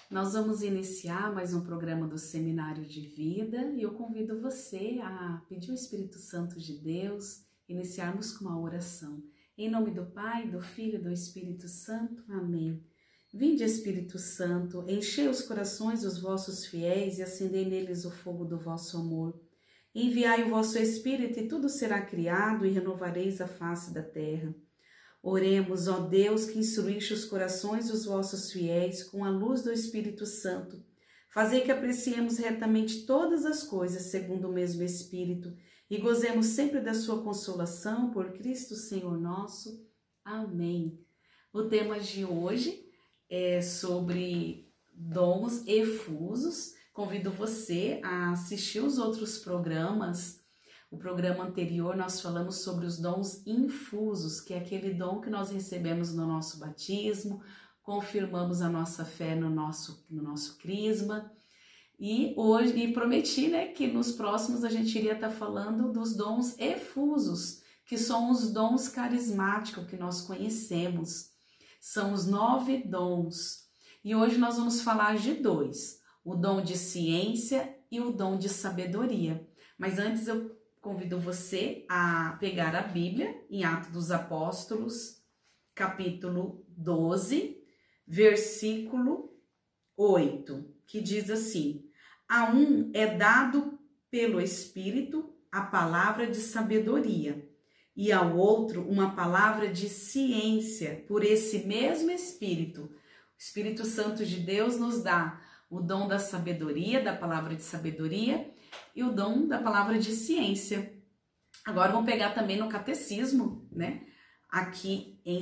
Nós vamos iniciar mais um programa do Seminário de Vida e eu convido você a pedir o Espírito Santo de Deus, iniciarmos com uma oração. Em nome do Pai, do Filho e do Espírito Santo. Amém. Vinde, Espírito Santo, enchei os corações dos vossos fiéis e acendei neles o fogo do vosso amor. Enviai o vosso Espírito e tudo será criado e renovareis a face da terra. Oremos, ó Deus, que instruíste os corações dos vossos fiéis com a luz do Espírito Santo. Fazei que apreciemos retamente todas as coisas segundo o mesmo Espírito e gozemos sempre da sua consolação por Cristo Senhor nosso. Amém. O tema de hoje é sobre dons efusos. Convido você a assistir os outros programas. O programa anterior nós falamos sobre os dons infusos, que é aquele dom que nós recebemos no nosso batismo, confirmamos a nossa fé no nosso crisma. E hoje prometi, que nos próximos a gente iria estar falando dos dons efusos, que são os dons carismáticos que nós conhecemos. São os 9 dons. E hoje nós vamos falar de 2, o dom de ciência e o dom de sabedoria. Mas antes eu convido você a pegar a Bíblia em Atos dos Apóstolos, capítulo 12, versículo 8, que diz assim: a um é dado pelo Espírito a palavra de sabedoria, e ao outro uma palavra de ciência, por esse mesmo Espírito. O Espírito Santo de Deus nos dá o dom da sabedoria, da palavra de sabedoria, e o dom da palavra de ciência. Agora vamos pegar também no catecismo, aqui em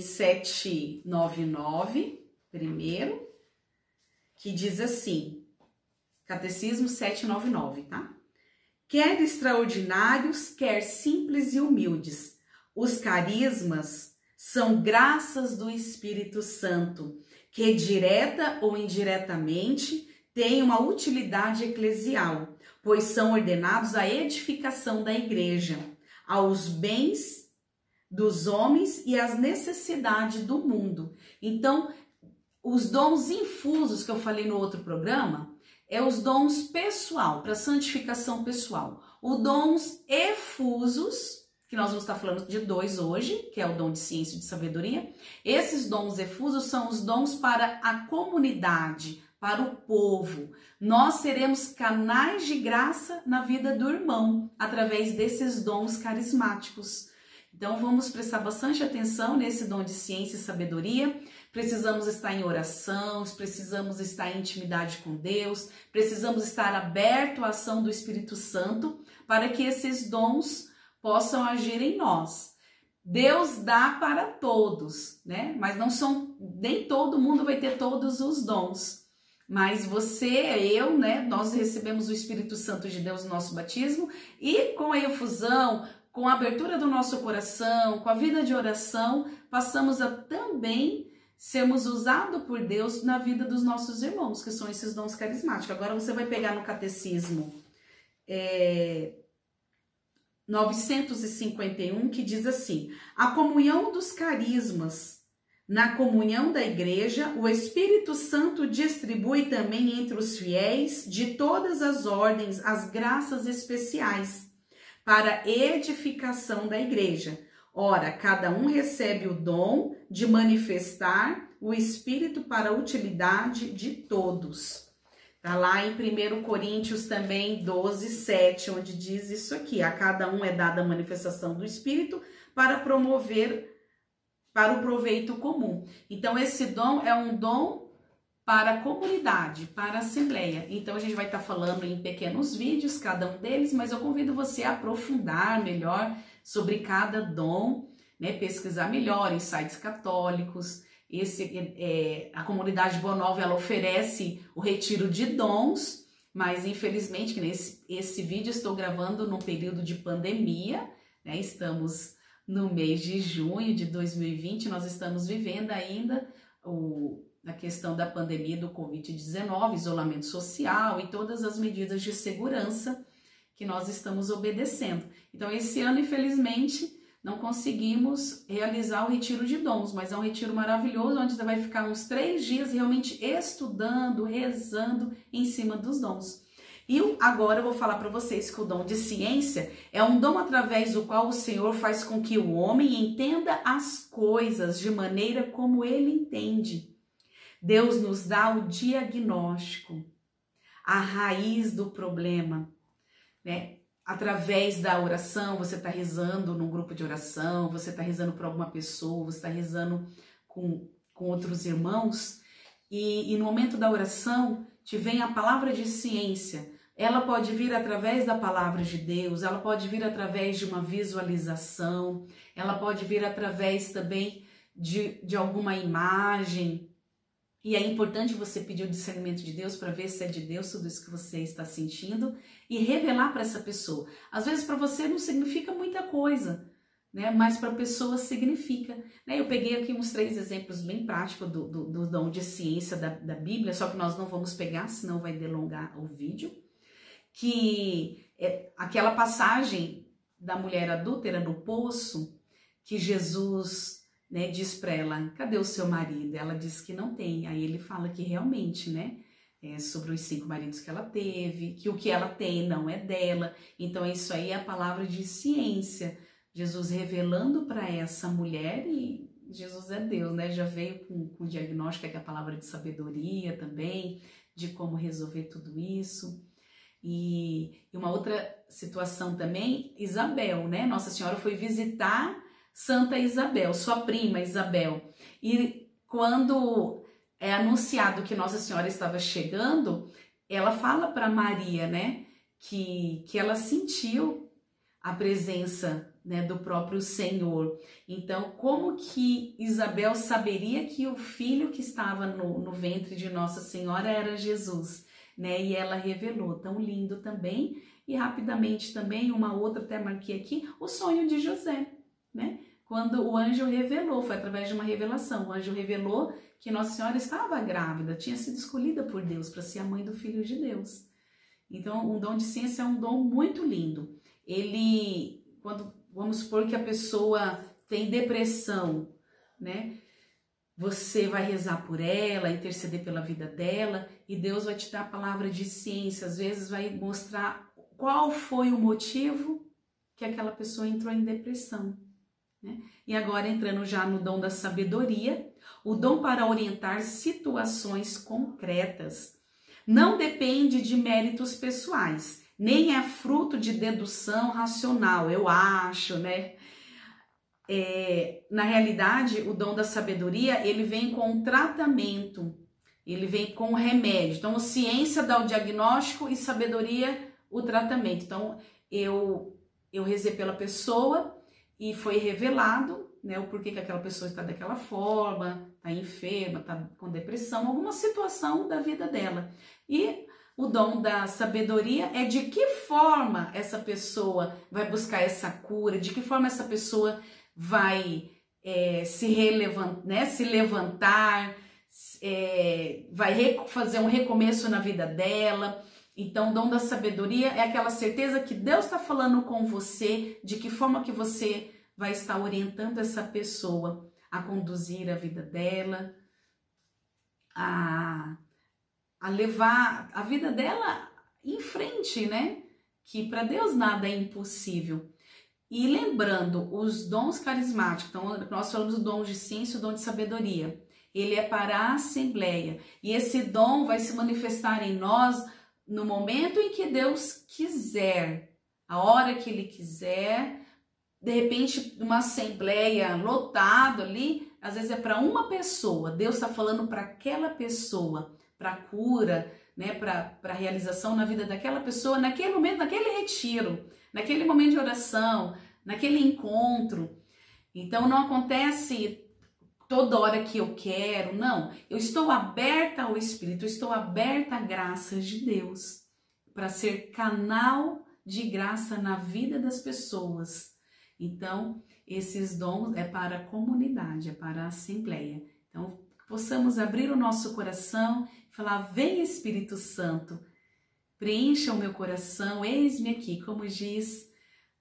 799, primeiro, que diz assim, catecismo 799, tá? Quer extraordinários, quer simples e humildes, os carismas são graças do Espírito Santo, que direta ou indiretamente têm uma utilidade eclesial, pois são ordenados à edificação da igreja, aos bens dos homens e às necessidades do mundo. Então, os dons infusos que eu falei no outro programa, é os dons pessoal, para santificação pessoal. Os dons efusos, que nós vamos estar falando de 2 hoje, que é o dom de ciência e de sabedoria. Esses dons efusos são os dons para a comunidade, para o povo. Nós seremos canais de graça na vida do irmão, através desses dons carismáticos. Então vamos prestar bastante atenção nesse dom de ciência e sabedoria. Precisamos estar em oração, precisamos estar em intimidade com Deus, precisamos estar aberto à ação do Espírito Santo para que esses dons possam agir em nós. Deus dá para todos, mas nem todo mundo vai ter todos os dons. Mas você, eu, nós recebemos o Espírito Santo de Deus no nosso batismo e com a efusão, com a abertura do nosso coração, com a vida de oração, passamos a também sermos usados por Deus na vida dos nossos irmãos, que são esses dons carismáticos. Agora você vai pegar no catecismo 951, que diz assim: a comunhão dos carismas. Na comunhão da igreja, o Espírito Santo distribui também entre os fiéis de todas as ordens as graças especiais para a edificação da igreja. Ora, cada um recebe o dom de manifestar o Espírito para a utilidade de todos. Está lá em 1 Coríntios também 12, 7, onde diz isso aqui: a cada um é dada a manifestação do Espírito para promover para o proveito comum. Então, esse dom é um dom para a comunidade, para a assembleia. Então, a gente vai estar falando em pequenos vídeos, cada um deles, mas eu convido você a aprofundar melhor sobre cada dom, pesquisar melhor em sites católicos. A comunidade Boa Nova, ela oferece o retiro de dons, mas infelizmente, esse vídeo eu estou gravando no período de pandemia, estamos no mês de junho de 2020, nós estamos vivendo ainda a questão da pandemia do Covid-19, isolamento social e todas as medidas de segurança que nós estamos obedecendo. Então, esse ano, infelizmente, não conseguimos realizar o retiro de dons, mas é um retiro maravilhoso, onde você vai ficar uns 3 dias realmente estudando, rezando em cima dos dons. E agora eu vou falar para vocês que o dom de ciência é um dom através do qual o Senhor faz com que o homem entenda as coisas de maneira como ele entende. Deus nos dá o diagnóstico, a raiz do problema, né? Através da oração, você está rezando num grupo de oração, você está rezando por alguma pessoa, você está rezando com outros irmãos, e no momento da oração te vem a palavra de ciência. Ela pode vir através da palavra de Deus, ela pode vir através de uma visualização, ela pode vir através também de alguma imagem. E é importante você pedir o discernimento de Deus para ver se é de Deus tudo isso que você está sentindo e revelar para essa pessoa. Às vezes para você não significa muita coisa, né? Mas para a pessoa significa. Né? Eu peguei aqui uns 3 exemplos bem práticos do dom de ciência da Bíblia, só que nós não vamos pegar, senão vai delongar o vídeo. Que é aquela passagem da mulher adúltera no poço, que Jesus, né, diz para ela, cadê o seu marido? Ela diz que não tem. Aí ele fala que realmente, né, sobre os 5 maridos que ela teve, que o que ela tem não é dela. Então isso aí é a palavra de ciência. Jesus revelando para essa mulher, e Jesus é Deus, né? Já veio com o diagnóstico, que é a palavra de sabedoria também, de como resolver tudo isso. E uma outra situação também, Isabel, né? Nossa Senhora foi visitar Santa Isabel, sua prima Isabel. E quando é anunciado que Nossa Senhora estava chegando, ela fala para Maria, né? Que ela sentiu a presença, né, do próprio Senhor. Então, como que Isabel saberia que o filho que estava no ventre de Nossa Senhora era Jesus? Né? E ela revelou, tão lindo também. E rapidamente também, uma outra, até marquei aqui, o sonho de José, né? Quando o anjo revelou, foi através de uma revelação, o anjo revelou que Nossa Senhora estava grávida, tinha sido escolhida por Deus para ser a mãe do Filho de Deus. Então, um dom de ciência é um dom muito lindo. Ele, quando vamos supor que a pessoa tem depressão, né? Você vai rezar por ela, interceder pela vida dela, e Deus vai te dar a palavra de ciência, às vezes vai mostrar qual foi o motivo que aquela pessoa entrou em depressão. Né? E agora entrando já no dom da sabedoria, o dom para orientar situações concretas. Não depende de méritos pessoais, nem é fruto de dedução racional, eu acho, né? Na realidade, o dom da sabedoria, ele vem com um tratamento, ele vem com um remédio. Então, ciência dá o diagnóstico e sabedoria o tratamento. Então, eu rezei pela pessoa e foi revelado, né, o porquê que aquela pessoa está daquela forma, está enferma, está com depressão, alguma situação da vida dela. E o dom da sabedoria é de que forma essa pessoa vai buscar essa cura, de que forma essa pessoa vai se levantar, vai fazer um recomeço na vida dela. Então, o dom da sabedoria é aquela certeza que Deus está falando com você, de que forma que você vai estar orientando essa pessoa a conduzir a vida dela, a levar a vida dela em frente, né? Que para Deus nada é impossível. E lembrando, os dons carismáticos, então nós falamos do dom de ciência e o dom de sabedoria, ele é para a Assembleia. E esse dom vai se manifestar em nós no momento em que Deus quiser, a hora que Ele quiser. De repente, uma Assembleia lotada ali, às vezes é para uma pessoa, Deus está falando para aquela pessoa, para cura, né, para realização na vida daquela pessoa, naquele momento, naquele retiro, naquele momento de oração, naquele encontro. Então não acontece toda hora que eu quero, não. Eu estou aberta ao Espírito, eu estou aberta à graça de Deus para ser canal de graça na vida das pessoas. Então, esses dons é para a comunidade, é para a Assembleia. Então, possamos abrir o nosso coração e falar, vem Espírito Santo, preencha o meu coração, eis-me aqui, como diz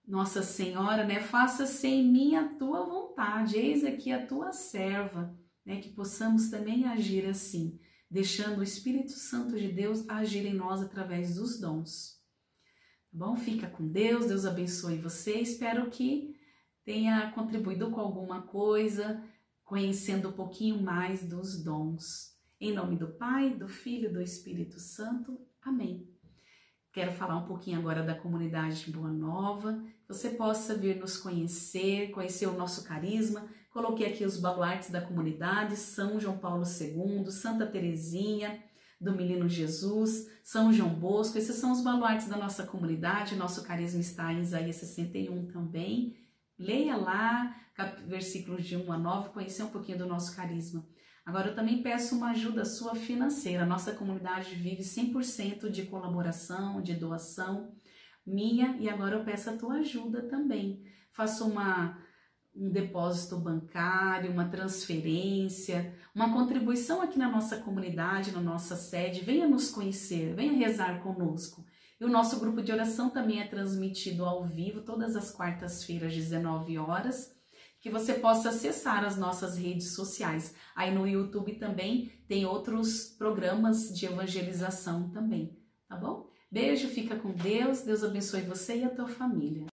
Nossa Senhora, né? Faça-se em mim a tua vontade, eis aqui a tua serva, né? Que possamos também agir assim, deixando o Espírito Santo de Deus agir em nós através dos dons. Tá bom? Fica com Deus, Deus abençoe você. Espero que tenha contribuído com alguma coisa, conhecendo um pouquinho mais dos dons. Em nome do Pai, do Filho e do Espírito Santo. Amém. Quero falar um pouquinho agora da comunidade Boa Nova. Você possa vir nos conhecer o nosso carisma. Coloquei aqui os baluartes da comunidade: São João Paulo II, Santa Teresinha, do Menino Jesus, São João Bosco. Esses são os baluartes da nossa comunidade. Nosso carisma está em Isaías 61 também. Leia lá, versículos de 1 a 9, conhecer um pouquinho do nosso carisma. Agora eu também peço uma ajuda sua financeira. Nossa comunidade vive 100% de colaboração, de doação minha, e agora eu peço a tua ajuda também. Faça um depósito bancário, uma transferência, uma contribuição aqui na nossa comunidade, na nossa sede. Venha nos conhecer, venha rezar conosco. E o nosso grupo de oração também é transmitido ao vivo todas as quartas-feiras, 19 horas. Que você possa acessar as nossas redes sociais. Aí no YouTube também tem outros programas de evangelização também, tá bom? Beijo, fica com Deus, Deus abençoe você e a tua família.